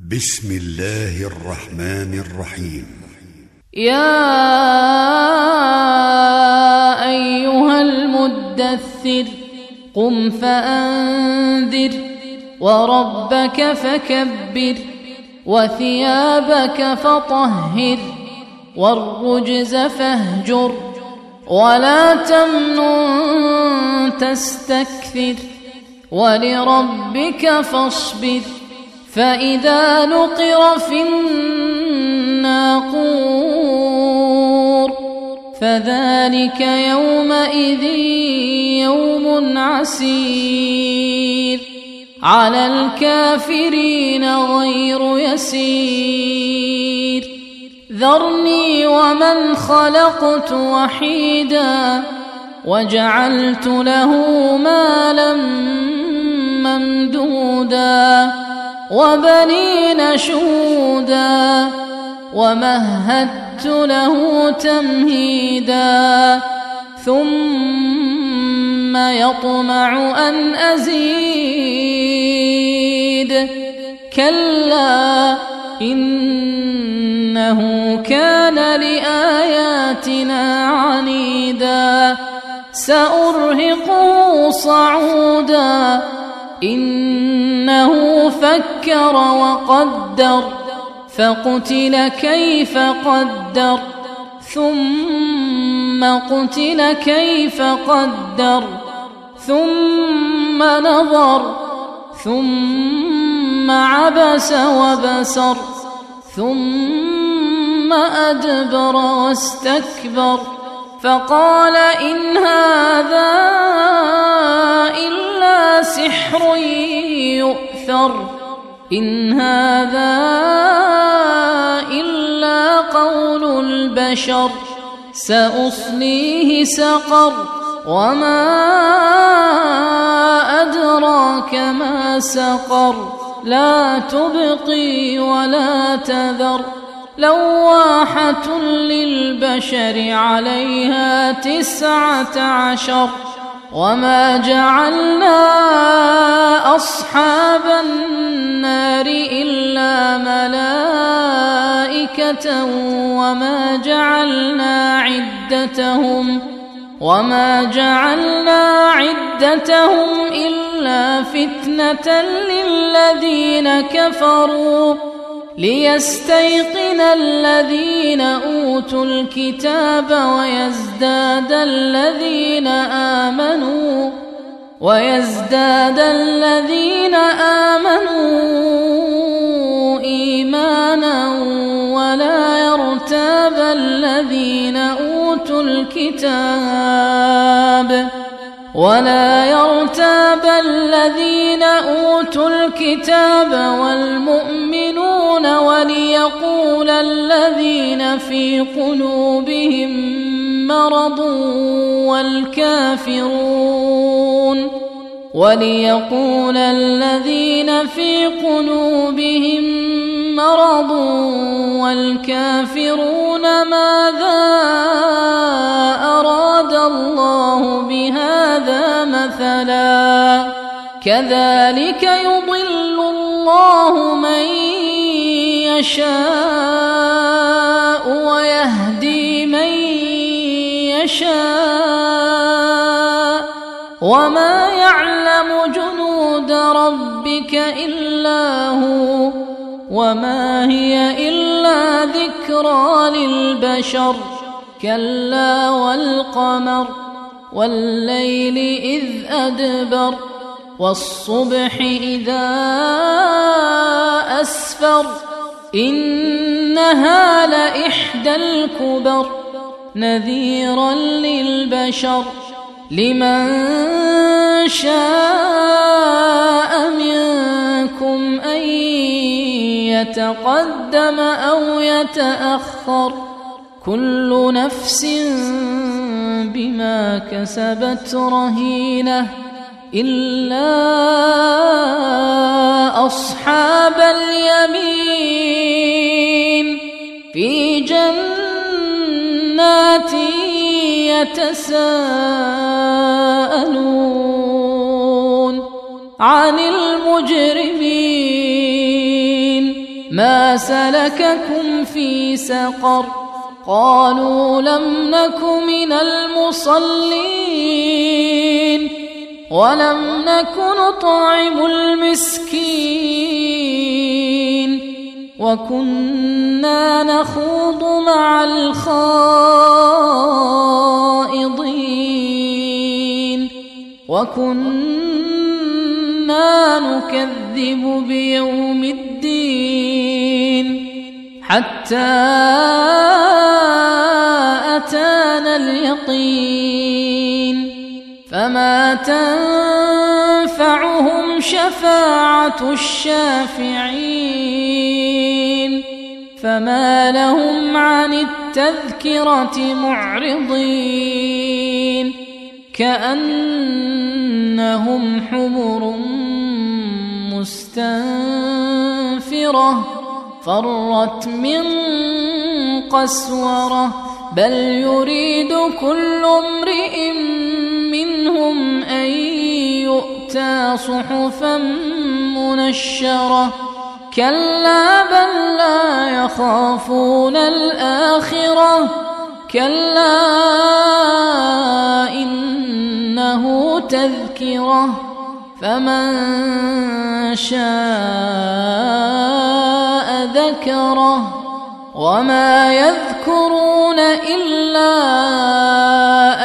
بسم الله الرحمن الرحيم. يا أيها المدثر قم فأنذر وربك فكبر وثيابك فطهر والرجز فاهجر ولا تمنن تستكثر ولربك فاصبر فإذا نقر في الناقور فذلك يومئذ يوم عسير على الكافرين غير يسير ذرني ومن خلقت وحيدا وجعلت له مالا ممدودا وبنين شهودا ومهدت له تمهيدا ثم يطمع أن أزيد كلا إنه كان لآياتنا عنيدا سأرهقه صعودا إنه فكر وقدر فقتل كيف قدر ثم قتل كيف قدر ثم نظر ثم عبس وبسر ثم أدبر واستكبر فقال إن هذا إلا سحر يؤثر إن هذا إلا قول البشر سأصليه سقر وما أدراك ما سقر لا تبقي ولا تذر لواحة للبشر عليها 19 وما جعلنا أصحاب النار إلا ملائكة وما جعلنا عدتهم إلا فتنة للذين كفروا ليستيقن الذين أوتوا الكتاب ويزداد الذين آمنوا إيمانا ولا يرتاب الذين أوتوا الكتاب والمؤمنون وليقول الذين في قلوبهم مرض والكافرون ماذا أراد الله بهذا مثلا كذلك يضل الله من يشاء ويهدي من يشاء وما يعلم جنود ربك إلا هو وما هي إلا ذكرى للبشر كلا والقمر والليل إذ أدبر والصبح إذا أسفر إنها لإحدى الكبر نذيرا للبشر لمن شاء منكم أن يتقدم أو يتأخر كل نفس بما كسبت رهينة إلا أصحاب اليمين في جنات يتساءلون عن المجرمين ما سلككم في سقر قالوا لم نك من المصلين ولم نك نطعم المسكين وكنا نخوض مع الخائضين وكنا نكذب بيوم الدين حتى أتانا اليقين فما تنفعهم شفاعة الشافعين فما لهم عن التذكرة معرضين كأنهم حمر مستنفرة فرت من قسورة بل يريد كل امرئ منهم أن يؤتى صحفا منشرة كلا بل لا يخافون الآخرة كلا إنه تذكرة فمن شاء ذكره وما يذكرون إلا